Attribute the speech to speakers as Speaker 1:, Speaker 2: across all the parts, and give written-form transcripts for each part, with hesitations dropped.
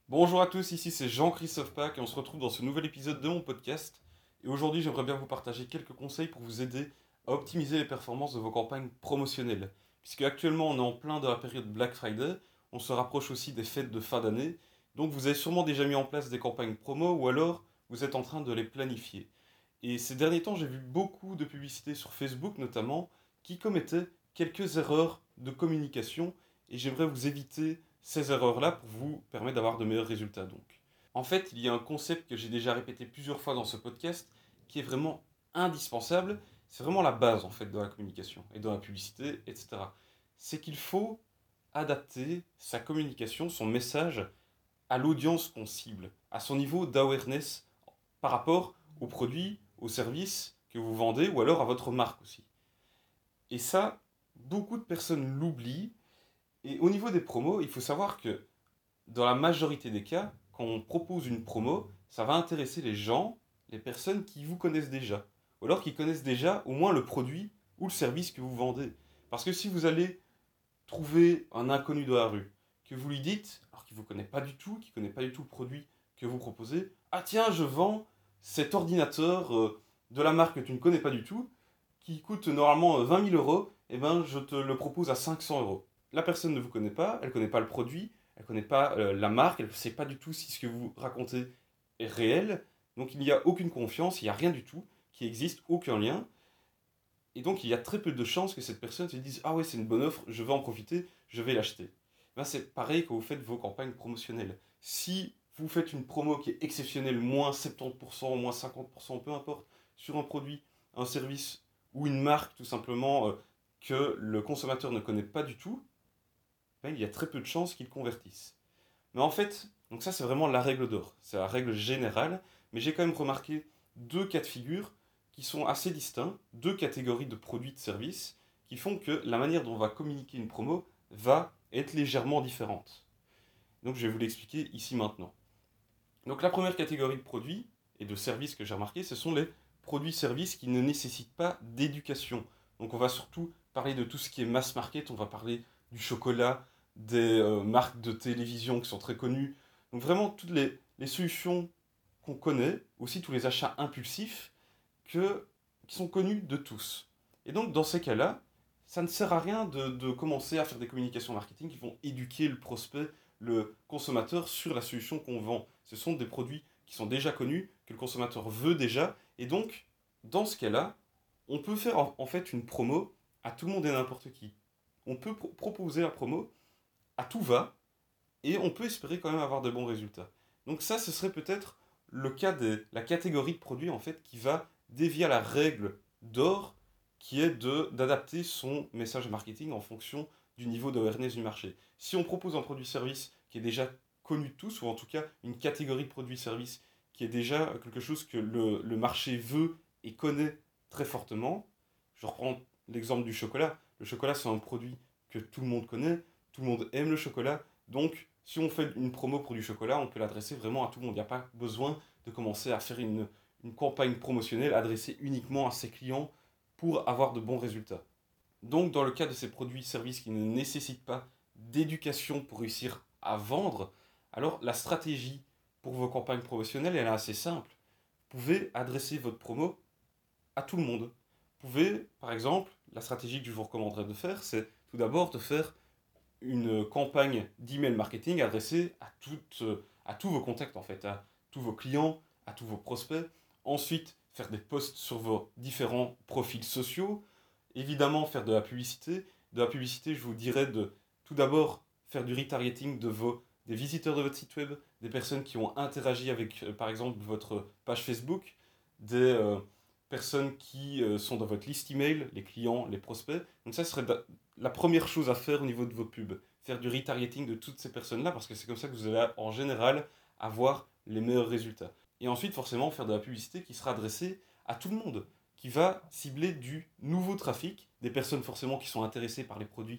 Speaker 1: Bonjour à tous, ici c'est Jean-Christophe Pack et on se retrouve dans ce nouvel épisode de mon podcast. Et aujourd'hui, j'aimerais bien vous partager quelques conseils pour vous aider à optimiser les performances de vos campagnes promotionnelles. Puisque actuellement, on est en plein de la période Black Friday, on se rapproche aussi des fêtes de fin d'année. Donc vous avez sûrement déjà mis en place des campagnes promo ou alors vous êtes en train de les planifier. Et ces derniers temps, j'ai vu beaucoup de publicités sur Facebook notamment qui commettaient quelques erreurs de communication et j'aimerais vous éviter ces erreurs-là pour vous permettre d'avoir de meilleurs résultats donc. En fait, il y a un concept que j'ai déjà répété plusieurs fois dans ce podcast qui est vraiment indispensable. C'est vraiment la base en fait de la communication et de la publicité, etc. C'est qu'il faut adapter sa communication, son message à l'audience qu'on cible, à son niveau d'awareness par rapport aux produits, aux services que vous vendez ou alors à votre marque aussi. Et ça, beaucoup de personnes l'oublient. Et au niveau des promos, il faut savoir que dans la majorité des cas, quand on propose une promo, ça va intéresser les gens, les personnes qui vous connaissent déjà. Ou alors qui connaissent déjà au moins le produit ou le service que vous vendez. Parce que si vous allez trouver un inconnu de la rue, que vous lui dites, alors qu'il ne vous connaît pas du tout, qu'il ne connaît pas du tout le produit que vous proposez, ah tiens, je vends cet ordinateur de la marque que tu ne connais pas du tout, qui coûte normalement 20 000 euros, et ben je te le propose à 500 euros. La personne ne vous connaît pas, elle ne connaît pas le produit, elle ne connaît pas la marque, elle ne sait pas du tout si ce que vous racontez est réel, donc il n'y a aucune confiance, il n'y a rien du tout qui existe, aucun lien, et donc, il y a très peu de chances que cette personne se dise: ah ouais, c'est une bonne offre, je vais en profiter, je vais l'acheter. Ben, c'est pareil quand vous faites vos campagnes promotionnelles. Si vous faites une promo qui est exceptionnelle, moins 70%, moins 50%, peu importe, sur un produit, un service ou une marque tout simplement que le consommateur ne connaît pas du tout, ben, il y a très peu de chances qu'il convertisse. Mais en fait, donc ça c'est vraiment la règle d'or, c'est la règle générale, mais j'ai quand même remarqué deux cas de figure qui sont assez distincts, deux catégories de produits de services qui font que la manière dont on va communiquer une promo va être légèrement différente. Donc je vais vous l'expliquer ici maintenant. Donc la première catégorie de produits et de services que j'ai remarqué, ce sont les produits-services qui ne nécessitent pas d'éducation. Donc on va surtout parler de tout ce qui est mass market, on va parler du chocolat, des marques de télévision qui sont très connues. Donc vraiment toutes les solutions qu'on connaît, aussi tous les achats impulsifs qui sont connus de tous. Et donc dans ces cas-là, ça ne sert à rien de commencer à faire des communications marketing qui vont éduquer le prospect, le consommateur sur la solution qu'on vend. Ce sont des produits qui sont déjà connus, que le consommateur veut déjà, et donc dans ce cas-là, on peut faire en fait une promo à tout le monde et n'importe qui. On peut proposer la promo à tout va, et on peut espérer quand même avoir de bons résultats. Donc ça, ce serait peut-être le cas de la catégorie de produits en fait qui va dévier à la règle d'or qui est d'adapter son message marketing en fonction du niveau d'awareness du marché. Si on propose un produit-service qui est déjà connu de tous, ou en tout cas une catégorie de produits-services qui est déjà quelque chose que le marché veut et connaît très fortement, je reprends l'exemple du chocolat. Le chocolat, c'est un produit que tout le monde connaît, tout le monde aime le chocolat, donc si on fait une promo pour du chocolat, on peut l'adresser vraiment à tout le monde. Il n'y a pas besoin de commencer à faire une campagne promotionnelle adressée uniquement à ses clients pour avoir de bons résultats. Donc, dans le cas de ces produits-services qui ne nécessitent pas d'éducation pour réussir à vendre, alors la stratégie pour vos campagnes promotionnelles, elle est assez simple. Vous pouvez adresser votre promo à tout le monde. Vous pouvez, par exemple, la stratégie que je vous recommanderais de faire, c'est tout d'abord de faire une campagne d'email marketing adressée à tous vos contacts en fait, à tous vos clients, à tous vos prospects. Ensuite, faire des posts sur vos différents profils sociaux. Évidemment, faire de la publicité. De la publicité, je vous dirais de tout d'abord faire du retargeting des visiteurs de votre site web, des personnes qui ont interagi avec, par exemple, votre page Facebook, des personnes qui sont dans votre liste email, les clients, les prospects. Donc ça serait la première chose à faire au niveau de vos pubs. Faire du retargeting de toutes ces personnes-là, parce que c'est comme ça que vous allez en général avoir les meilleurs résultats. Et ensuite, forcément, faire de la publicité qui sera adressée à tout le monde, qui va cibler du nouveau trafic, des personnes forcément qui sont intéressées par les produits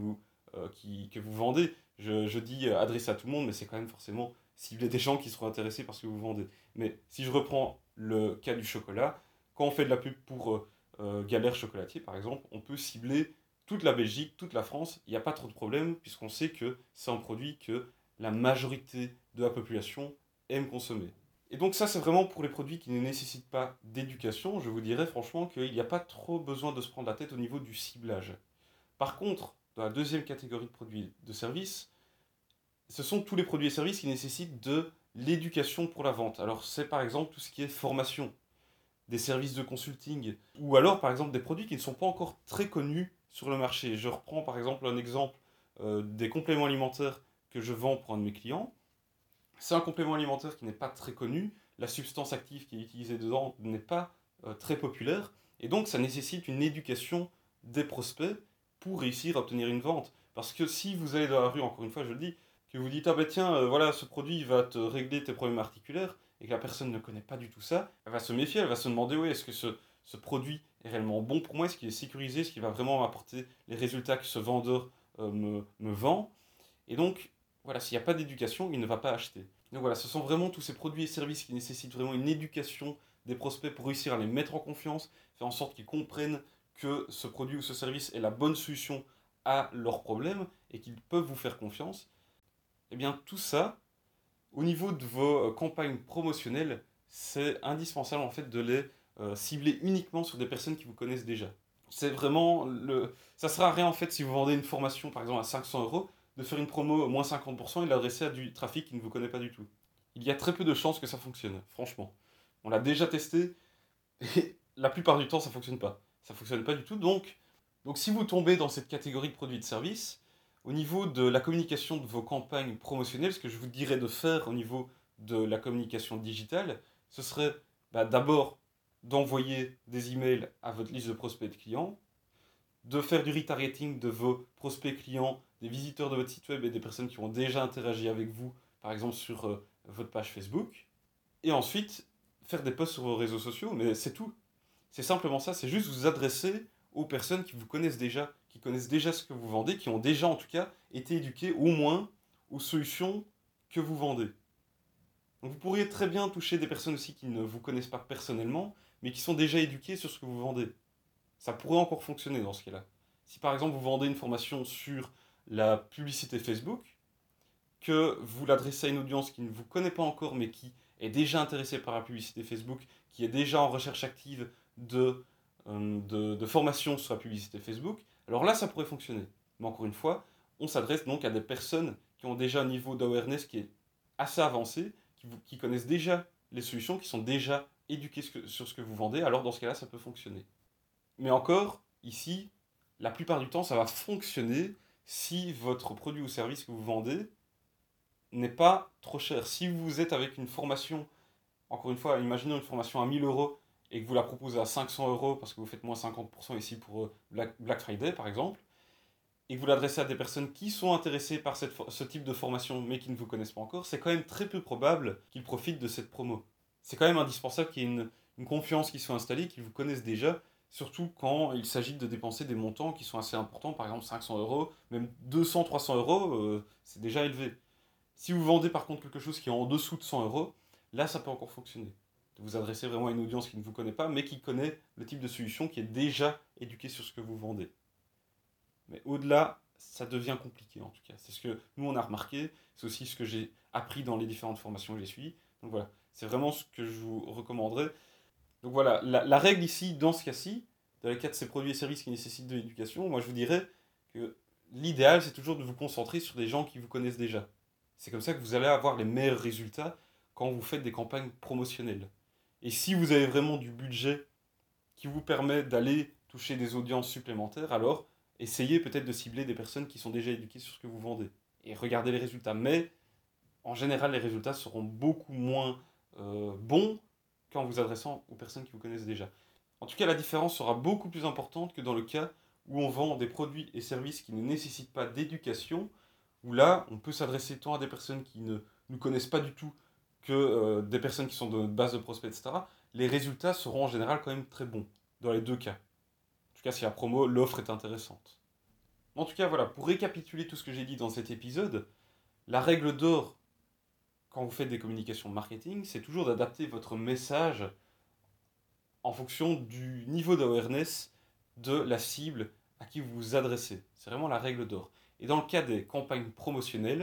Speaker 1: que vous vendez. Je dis adressé à tout le monde, mais c'est quand même forcément cibler des gens qui seront intéressés par ce que vous vendez. Mais si je reprends le cas du chocolat, quand on fait de la pub pour Galère Chocolatier, par exemple, on peut cibler toute la Belgique, toute la France. Il n'y a pas trop de problème, puisqu'on sait que c'est un produit que la majorité de la population aime consommer. Et donc ça, c'est vraiment pour les produits qui ne nécessitent pas d'éducation. Je vous dirais franchement qu'il n'y a pas trop besoin de se prendre la tête au niveau du ciblage. Par contre, dans la deuxième catégorie de produits de services, ce sont tous les produits et services qui nécessitent de l'éducation pour la vente. Alors c'est par exemple tout ce qui est formation, des services de consulting, ou alors par exemple des produits qui ne sont pas encore très connus sur le marché. Je reprends par exemple un exemple des compléments alimentaires que je vends pour un de mes clients. C'est un complément alimentaire qui n'est pas très connu, la substance active qui est utilisée dedans n'est pas très populaire, et donc ça nécessite une éducation des prospects pour réussir à obtenir une vente. Parce que si vous allez dans la rue, encore une fois je le dis, que vous dites ah ben tiens, voilà, ce produit va te régler tes problèmes articulaires, et que la personne ne connaît pas du tout ça, elle va se méfier, elle va se demander oui, est-ce que ce produit est réellement bon pour moi, est-ce qu'il est sécurisé, est-ce qu'il va vraiment m'apporter les résultats que ce vendeur me vend. Et donc, voilà, s'il n'y a pas d'éducation, il ne va pas acheter. Donc voilà, ce sont vraiment tous ces produits et services qui nécessitent vraiment une éducation des prospects pour réussir à les mettre en confiance, faire en sorte qu'ils comprennent que ce produit ou ce service est la bonne solution à leurs problèmes et qu'ils peuvent vous faire confiance. Et bien tout ça, au niveau de vos campagnes promotionnelles, c'est indispensable en fait de les cibler uniquement sur des personnes qui vous connaissent déjà. C'est vraiment le... Ça sert à rien en fait si vous vendez une formation par exemple à 500 € de faire une promo moins 50% et de l'adresser à du trafic qui ne vous connaît pas du tout. Il y a très peu de chances que ça fonctionne, franchement. On l'a déjà testé et la plupart du temps ça fonctionne pas. Ça fonctionne pas du tout, donc si vous tombez dans cette catégorie de produits et de services, au niveau de la communication de vos campagnes promotionnelles, ce que je vous dirais de faire au niveau de la communication digitale, ce serait d'abord d'envoyer des emails à votre liste de prospects de clients, de faire du retargeting de vos prospects clients, des visiteurs de votre site web et des personnes qui ont déjà interagi avec vous, par exemple sur votre page Facebook, et ensuite faire des posts sur vos réseaux sociaux, mais c'est tout. C'est simplement ça, c'est juste vous adresser aux personnes qui vous connaissent déjà, qui connaissent déjà ce que vous vendez, qui ont déjà en tout cas été éduquées au moins aux solutions que vous vendez. Donc vous pourriez très bien toucher des personnes aussi qui ne vous connaissent pas personnellement, mais qui sont déjà éduquées sur ce que vous vendez. Ça pourrait encore fonctionner dans ce cas-là. Si par exemple vous vendez une formation sur la publicité Facebook, que vous l'adressez à une audience qui ne vous connaît pas encore, mais qui est déjà intéressée par la publicité Facebook, qui est déjà en recherche active de formation sur la publicité Facebook, alors là, ça pourrait fonctionner. Mais encore une fois, on s'adresse donc à des personnes qui ont déjà un niveau d'awareness qui est assez avancé, qui connaissent déjà les solutions, qui sont déjà éduquées sur ce que vous vendez, alors dans ce cas-là, ça peut fonctionner. Mais encore, ici, la plupart du temps, ça va fonctionner si votre produit ou service que vous vendez n'est pas trop cher. Si vous êtes avec une formation, encore une fois, imaginons une formation à 1000 € et que vous la proposez à 500 € parce que vous faites moins 50% ici pour Black Friday par exemple, et que vous l'adressez à des personnes qui sont intéressées par ce type de formation mais qui ne vous connaissent pas encore, c'est quand même très peu probable qu'ils profitent de cette promo. C'est quand même indispensable qu'il y ait une confiance qui soit installée, qu'ils vous connaissent déjà, surtout quand il s'agit de dépenser des montants qui sont assez importants, par exemple 500 €, même 200-300 €, c'est déjà élevé. Si vous vendez par contre quelque chose qui est en dessous de 100 €, là ça peut encore fonctionner. Vous adressez vraiment à une audience qui ne vous connaît pas, mais qui connaît le type de solution, qui est déjà éduquée sur ce que vous vendez. Mais au-delà, ça devient compliqué en tout cas. C'est ce que nous on a remarqué, c'est aussi ce que j'ai appris dans les différentes formations que j'ai suivies. Donc voilà, c'est vraiment ce que je vous recommanderais. Donc voilà, la règle ici, dans ce cas-ci, dans le cas de ces produits et services qui nécessitent de l'éducation, moi je vous dirais que l'idéal c'est toujours de vous concentrer sur des gens qui vous connaissent déjà. C'est comme ça que vous allez avoir les meilleurs résultats quand vous faites des campagnes promotionnelles. Et si vous avez vraiment du budget qui vous permet d'aller toucher des audiences supplémentaires, alors essayez peut-être de cibler des personnes qui sont déjà éduquées sur ce que vous vendez. Et regardez les résultats. Mais en général, les résultats seront beaucoup moins bons qu'en vous adressant aux personnes qui vous connaissent déjà. En tout cas, la différence sera beaucoup plus importante que dans le cas où on vend des produits et services qui ne nécessitent pas d'éducation, où là, on peut s'adresser tant à des personnes qui ne nous connaissent pas du tout que des personnes qui sont de notre base de prospects, etc. Les résultats seront en général quand même très bons, dans les deux cas. En tout cas, si la promo, l'offre est intéressante. En tout cas, voilà, pour récapituler tout ce que j'ai dit dans cet épisode, la règle d'or quand vous faites des communications marketing, c'est toujours d'adapter votre message en fonction du niveau d'awareness de la cible à qui vous vous adressez. C'est vraiment la règle d'or. Et dans le cas des campagnes promotionnelles,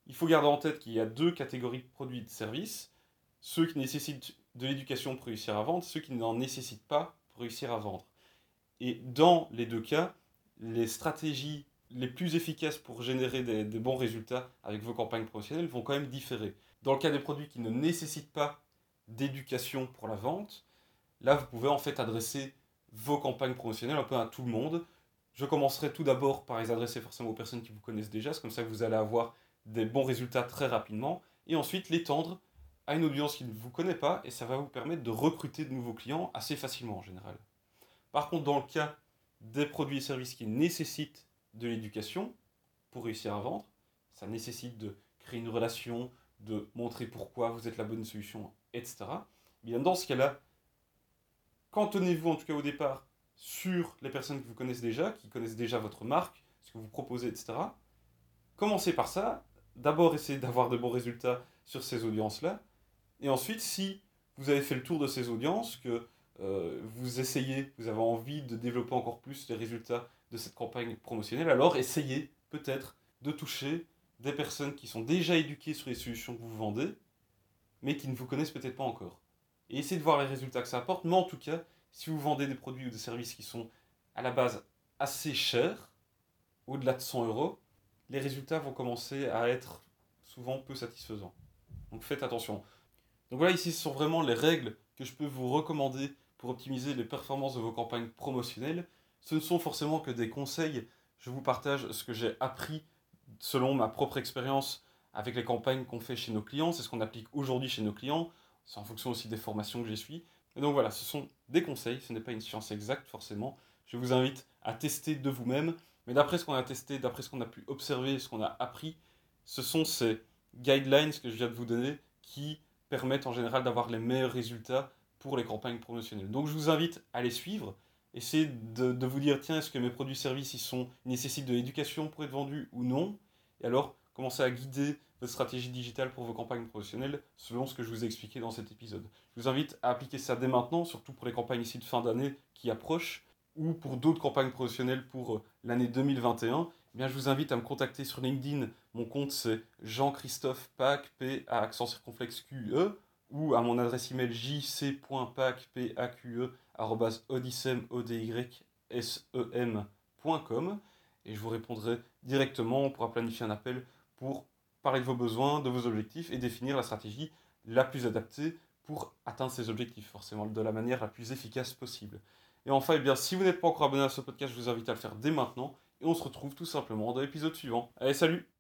Speaker 1: Il faut garder en tête qu'il y a deux catégories de produits et de services. Ceux qui nécessitent de l'éducation pour réussir à vendre, ceux qui n'en nécessitent pas pour réussir à vendre. Et dans les deux cas, les stratégies les plus efficaces pour générer des bons résultats avec vos campagnes promotionnelles vont quand même différer. Dans le cas des produits qui ne nécessitent pas d'éducation pour la vente, là vous pouvez en fait adresser vos campagnes promotionnelles un peu à tout le monde. Je commencerai tout d'abord par les adresser forcément aux personnes qui vous connaissent déjà, c'est comme ça que vous allez avoir des bons résultats très rapidement, et ensuite l'étendre à une audience qui ne vous connaît pas, et ça va vous permettre de recruter de nouveaux clients assez facilement en général. Par contre, dans le cas des produits et services qui nécessitent de l'éducation pour réussir à vendre, ça nécessite de créer une relation, de montrer pourquoi vous êtes la bonne solution, etc. Bien dans ce cas-là, cantonnez-vous en tout cas au départ sur les personnes que vous connaissez déjà, qui connaissent déjà votre marque, ce que vous proposez, etc. Commencez par ça. D'abord, essayez d'avoir de bons résultats sur ces audiences-là. Et ensuite, si vous avez fait le tour de ces audiences, que vous essayez, vous avez envie de développer encore plus les résultats de cette campagne promotionnelle, alors essayez peut-être de toucher des personnes qui sont déjà éduquées sur les solutions que vous vendez, mais qui ne vous connaissent peut-être pas encore. Et essayez de voir les résultats que ça apporte, mais en tout cas, si vous vendez des produits ou des services qui sont à la base assez chers, au-delà de 100 euros, les résultats vont commencer à être souvent peu satisfaisants. Donc faites attention. Donc voilà, ici ce sont vraiment les règles que je peux vous recommander pour optimiser les performances de vos campagnes promotionnelles. Ce ne sont forcément que des conseils. Je vous partage ce que j'ai appris selon ma propre expérience avec les campagnes qu'on fait chez nos clients. C'est ce qu'on applique aujourd'hui chez nos clients. C'est en fonction aussi des formations que j'ai suivies. Et donc voilà, ce sont des conseils. Ce n'est pas une science exacte forcément. Je vous invite à tester de vous-même. Mais d'après ce qu'on a testé, d'après ce qu'on a pu observer, ce qu'on a appris, ce sont ces guidelines que je viens de vous donner qui permettent en général d'avoir les meilleurs résultats pour les campagnes promotionnelles. Donc je vous invite à les suivre, essayez de vous dire, tiens, est-ce que mes produits-services ils nécessitent de l'éducation pour être vendus ou non. Et alors, commencez à guider votre stratégie digitale pour vos campagnes promotionnelles selon ce que je vous ai expliqué dans cet épisode. Je vous invite à appliquer ça dès maintenant, surtout pour les campagnes ici de fin d'année qui approchent, ou pour d'autres campagnes promotionnelles pour l'année 2021. Eh bien, je vous invite à me contacter sur LinkedIn. Mon compte, c'est Jean-Christophe Paque, P-A accent circonflexe Q-E, ou à mon adresse email jc.paque@odyssem.com, et je vous répondrai directement. On pourra planifier un appel pour parler de vos besoins, de vos objectifs et définir la stratégie la plus adaptée pour atteindre ces objectifs, forcément de la manière la plus efficace possible. Et enfin, eh bien, si vous n'êtes pas encore abonné à ce podcast, je vous invite à le faire dès maintenant. Et on se retrouve tout simplement dans l'épisode suivant. Allez, salut!